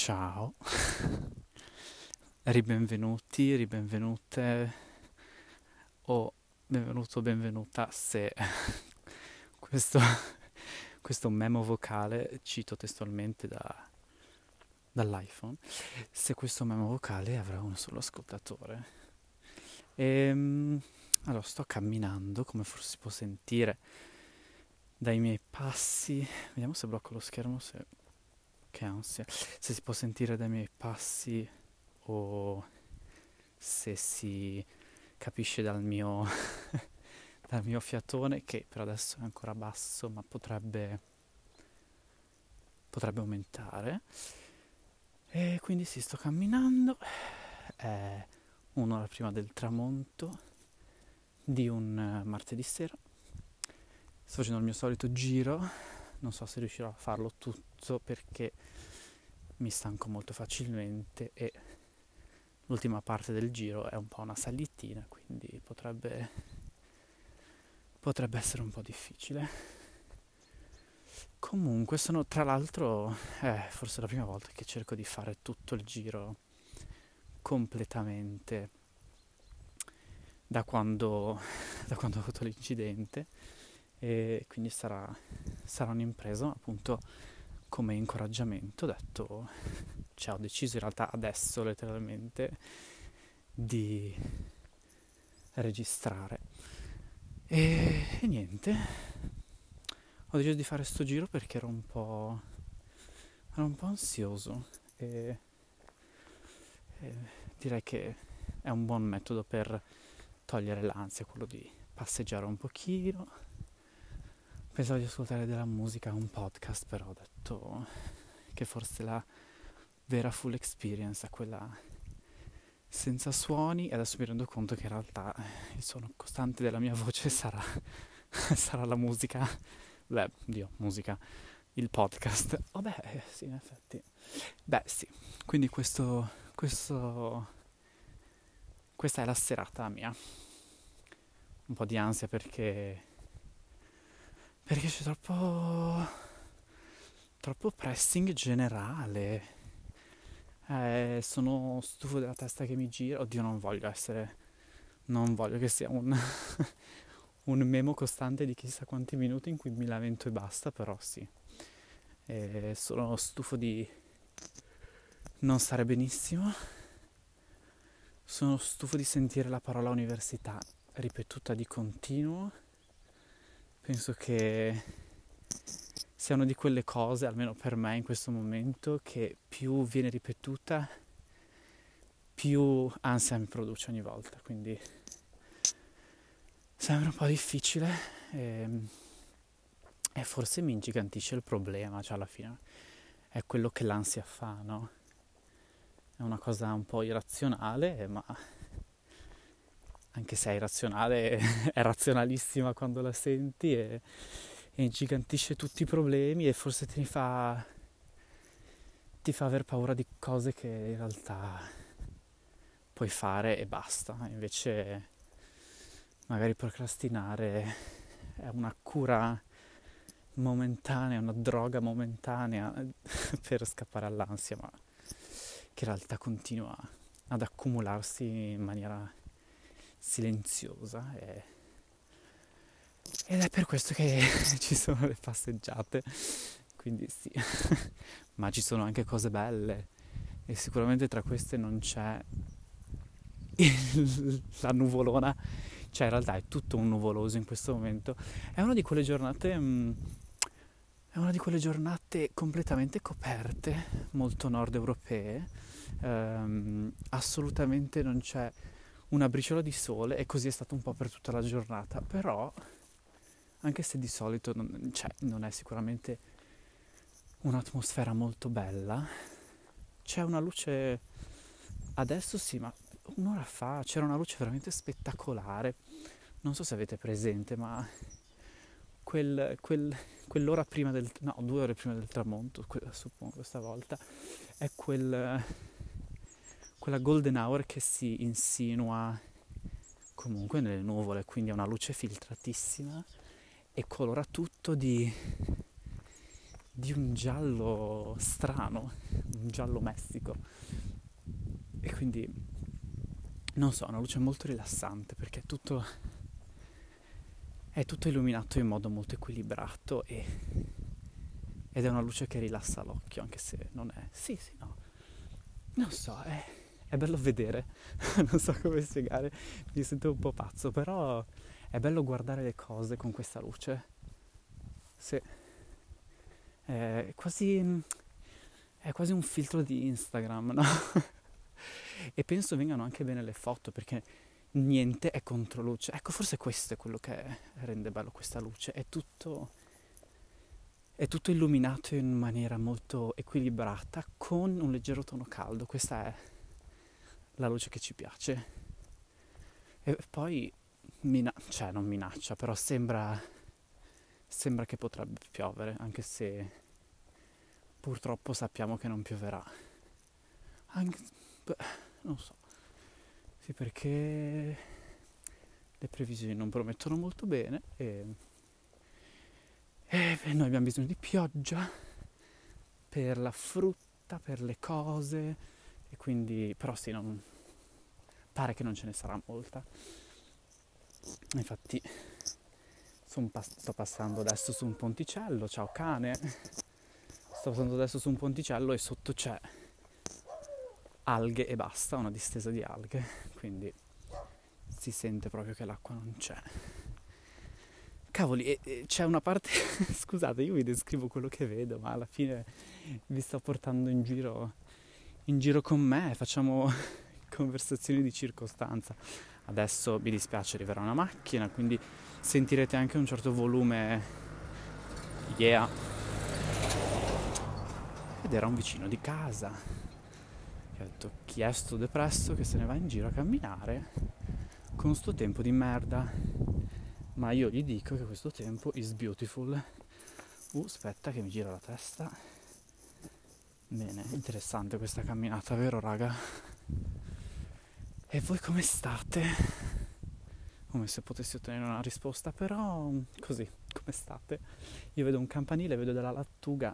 Ciao, ribenvenuti, ribenvenute o benvenuto, benvenuta se questo, questo memo vocale, cito testualmente dall'iPhone, se questo memo vocale avrà un solo ascoltatore. Allora, sto camminando, come forse si può sentire dai miei passi, vediamo se blocco lo schermo, che ansia, se si può sentire dai miei passi o se si capisce dal mio, dal mio fiatone, che per adesso è ancora basso, ma potrebbe aumentare. E quindi sì, sto camminando, è un'ora prima del tramonto di un martedì sera. Sto facendo il mio solito giro, non so se riuscirò a farlo tutto perché mi stanco molto facilmente e l'ultima parte del giro è un po' una salitina, quindi potrebbe essere un po' difficile. Comunque sono, tra l'altro, forse la prima volta che cerco di fare tutto il giro completamente da quando ho avuto l'incidente, e quindi sarà un'impresa, ma appunto come incoraggiamento ho deciso in realtà adesso letteralmente di registrare e niente, ho deciso di fare sto giro perché ero un po' ansioso e direi che è un buon metodo per togliere l'ansia, quello di passeggiare un pochino. Pensavo di ascoltare della musica, un podcast, però ho detto che forse la vera full experience è quella senza suoni, e adesso mi rendo conto che in realtà il suono costante della mia voce sarà la musica. Beh, musica, il podcast. Oh beh, sì, in effetti. Beh, sì. Quindi questa è la serata mia. Un po' di ansia perché c'è troppo pressing generale. Sono stufo della testa che mi gira. Oddio, non voglio che sia un memo costante di chissà quanti minuti in cui mi lamento e basta, però sì. Sono stufo di non stare benissimo. Sono stufo di sentire la parola università ripetuta di continuo. Penso che sia una di quelle cose, almeno per me in questo momento, che più viene ripetuta, più ansia mi produce ogni volta. Quindi sembra un po' difficile e forse mi ingigantisce il problema, cioè alla fine è quello che l'ansia fa, no? È una cosa un po' irrazionale, ma anche se è irrazionale, è razionalissima quando la senti e ingigantisce tutti i problemi e forse ti fa aver paura di cose che in realtà puoi fare e basta. Invece magari procrastinare è una cura momentanea, una droga momentanea per scappare all'ansia, ma che in realtà continua ad accumularsi in maniera silenziosa ed è per questo che ci sono le passeggiate, quindi sì. Ma ci sono anche cose belle e sicuramente tra queste non c'è la nuvolona, cioè in realtà è tutto un nuvoloso in questo momento. È una di quelle giornate completamente coperte, molto nord europee, assolutamente non c'è una briciola di sole e così è stato un po' per tutta la giornata, però anche se di solito non è sicuramente un'atmosfera molto bella, c'è una luce, adesso sì, ma un'ora fa c'era una luce veramente spettacolare, non so se avete presente, ma quell'ora prima no, 2 ore prima del tramonto, suppongo questa volta, è quella golden hour che si insinua comunque nelle nuvole, quindi è una luce filtratissima e colora tutto di di un giallo strano, un giallo messico. E quindi, non so, una luce molto rilassante perché è tutto illuminato in modo molto equilibrato ed è una luce che rilassa l'occhio, anche se non è... Sì, no. Non so, è bello vedere, non so come spiegare, mi sento un po' pazzo, però è bello guardare le cose con questa luce. Sì, è quasi un filtro di Instagram, no? E penso vengano anche bene le foto, perché niente è contro luce. Ecco, forse questo è quello che rende bello questa luce, è tutto illuminato in maniera molto equilibrata, con un leggero tono caldo. Questa è la luce che ci piace. E poi, non minaccia, però sembra che potrebbe piovere, anche se purtroppo sappiamo che non pioverà. Non so. Sì, perché le previsioni non promettono molto bene e noi abbiamo bisogno di pioggia per la frutta, per le cose, e quindi, però sì, pare che non ce ne sarà molta. Infatti sto passando adesso su un ponticello, ciao cane, sto passando adesso su un ponticello e sotto c'è alghe e basta, una distesa di alghe, quindi si sente proprio che l'acqua non c'è. Cavoli, e c'è una parte, scusate, io vi descrivo quello che vedo, ma alla fine vi sto portando in giro con me, facciamo conversazioni di circostanza. Adesso mi dispiace, arriverà una macchina, quindi sentirete anche un certo volume. Yeah. Ed era un vicino di casa che ha detto: chi è sto depresso che se ne va in giro a camminare con sto tempo di merda? Ma io gli dico che questo tempo is beautiful. Aspetta che mi gira la testa. Bene, interessante questa camminata, vero raga? E voi come state? Come se potessi ottenere una risposta, però così, come state? Io vedo un campanile, vedo della lattuga.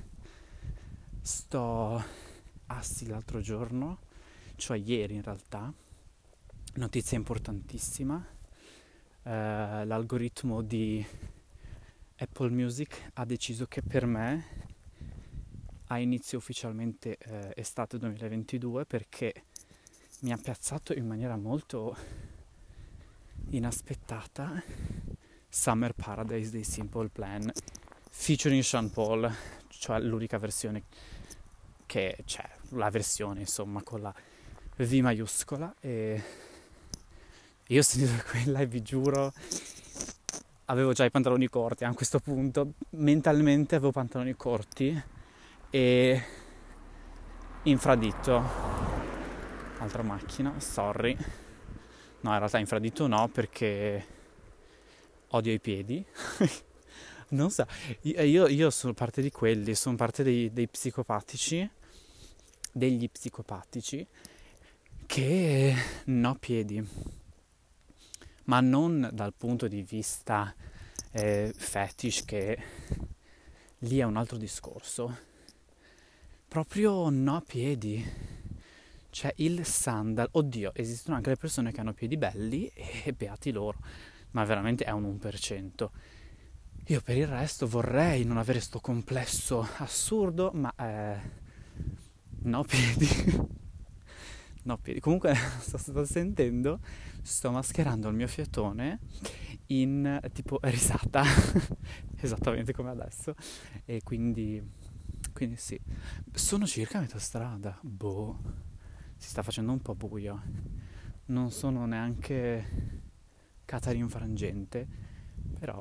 L'altro giorno, cioè ieri in realtà, notizia importantissima, l'algoritmo di Apple Music ha deciso che per me ha inizio ufficialmente estate 2022, perché mi ha piazzato in maniera molto inaspettata Summer Paradise dei Simple Plan featuring Sean Paul, cioè l'unica versione che c'è, la versione insomma con la V maiuscola, e io ho sentito quella e vi giuro avevo già i pantaloni corti a questo punto, mentalmente avevo pantaloni corti e infradito. Altra macchina, sorry. No, in realtà infradito no, perché odio i piedi. Non so, io sono parte di quelli, sono parte degli psicopatici che no piedi, ma non dal punto di vista fetish, che lì è un altro discorso, proprio no piedi, cioè il sandal. Oddio, esistono anche le persone che hanno piedi belli e beati loro, ma veramente è un 1%. Io per il resto vorrei non avere sto complesso assurdo, ma no piedi. No piedi. Comunque sto sentendo, sto mascherando il mio fiatone in tipo risata, esattamente come adesso, e quindi sì. Sono circa a metà strada, si sta facendo un po' buio, non sono neanche Catarin Frangente, però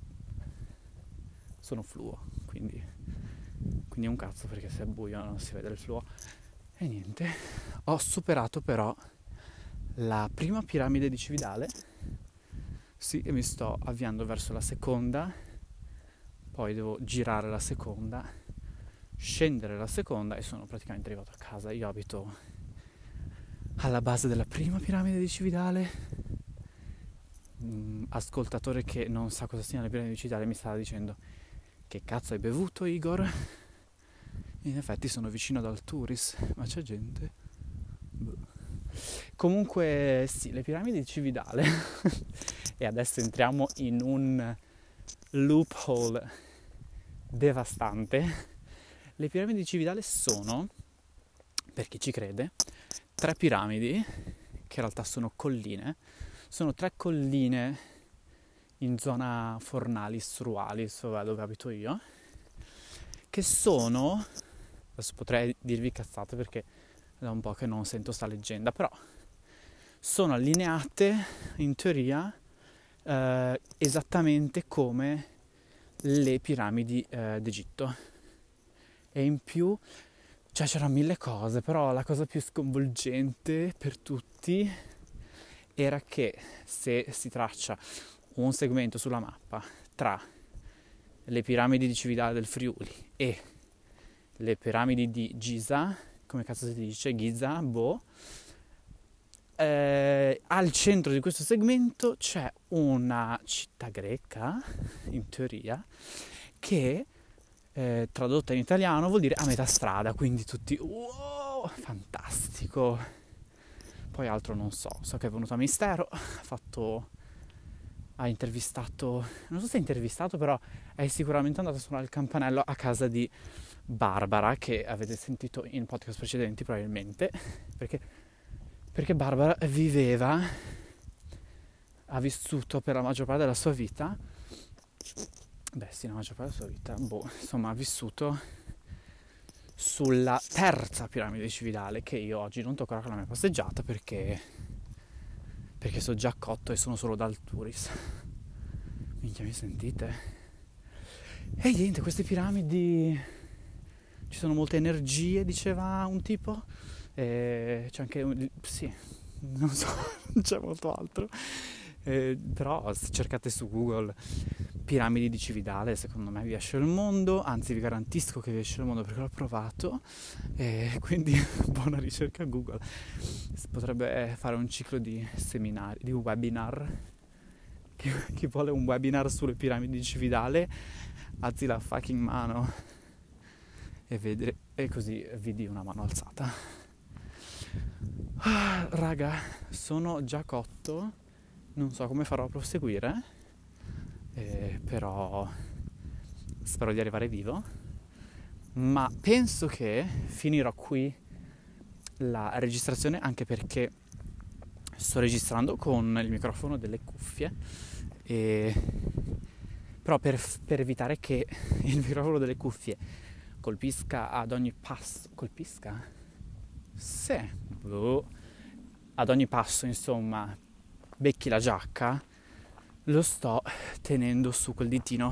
sono fluo, quindi è un cazzo, perché se è buio non si vede il fluo. E niente, ho superato però la prima piramide di Cividale, sì, e mi sto avviando verso la seconda, poi devo girare la seconda, scendere la seconda e sono praticamente arrivato a casa. Io abito alla base della prima piramide di Cividale. Ascoltatore che non sa cosa siano le piramidi di Cividale mi stava dicendo: Che cazzo hai bevuto, Igor? In effetti sono vicino ad Alturis, ma c'è gente? Boh. Comunque sì, le piramidi di Cividale e adesso entriamo in un loophole devastante. Le piramidi di Cividale sono, per chi ci crede, 3 piramidi che in realtà sono colline. Sono 3 colline in zona Fornalis, Rualis, dove abito io, che sono, adesso potrei dirvi cazzate perché è da un po' che non sento sta leggenda, però sono allineate in teoria esattamente come le piramidi d'Egitto. E in più, cioè c'erano 1000 cose, però la cosa più sconvolgente per tutti era che se si traccia un segmento sulla mappa tra le piramidi di Cividale del Friuli e le piramidi di Giza, come cazzo si dice? Giza, boh. Al centro di questo segmento c'è una città greca, in teoria, che tradotta in italiano vuol dire a metà strada, quindi tutti wow, fantastico. Poi altro non so che è venuto a Mistero, ha intervistato, non so se ha intervistato, però è sicuramente andato a suonare il campanello a casa di Barbara, che avete sentito in podcast precedenti probabilmente, perché Barbara ha vissuto per la maggior parte della sua vita, la maggior parte della sua vita, insomma ha vissuto sulla terza piramide di Cividale, che io oggi non toccherò con la mia passeggiata perché sono già cotto e sono solo dal Turis. Minchia, mi sentite? E niente, queste piramidi, ci sono molte energie, diceva un tipo, c'è anche, sì, non so, non c'è molto altro, però se cercate su Google piramidi di Cividale, secondo me vi esce il mondo, anzi vi garantisco che vi esce il mondo perché l'ho provato, quindi buona ricerca a Google. Si potrebbe fare un ciclo di seminari, di webinar. Chi vuole un webinar sulle piramidi di Cividale alzi la fucking mano e così vi di una mano alzata. Raga, sono già cotto, non so come farò a proseguire, però spero di arrivare vivo, ma penso che finirò qui la registrazione, anche perché sto registrando con il microfono delle cuffie, però per evitare che il microfono delle cuffie colpisca ad ogni passo, ad ogni passo, insomma, becchi la giacca, lo sto tenendo su quel ditino,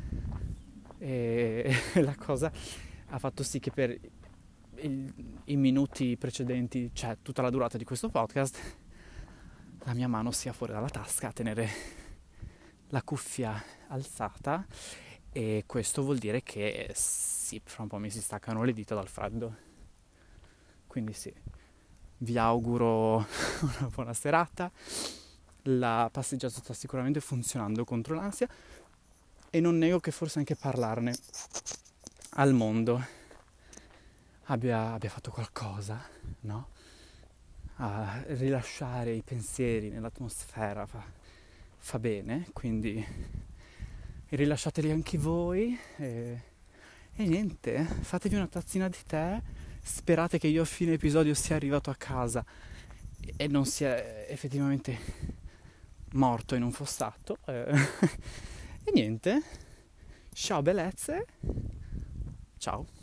e la cosa ha fatto sì che per i minuti precedenti, cioè tutta la durata di questo podcast, la mia mano sia fuori dalla tasca a tenere la cuffia alzata, e questo vuol dire che sì, fra un po' mi si staccano le dita dal freddo. Quindi sì, vi auguro una buona serata. La passeggiata sta sicuramente funzionando contro l'ansia, e non nego che forse anche parlarne al mondo abbia fatto qualcosa, no? A rilasciare i pensieri nell'atmosfera fa bene, quindi rilasciateli anche voi, e niente, fatevi una tazzina di tè, sperate che io a fine episodio sia arrivato a casa e non sia effettivamente morto in un fossato, e niente, ciao bellezze, ciao.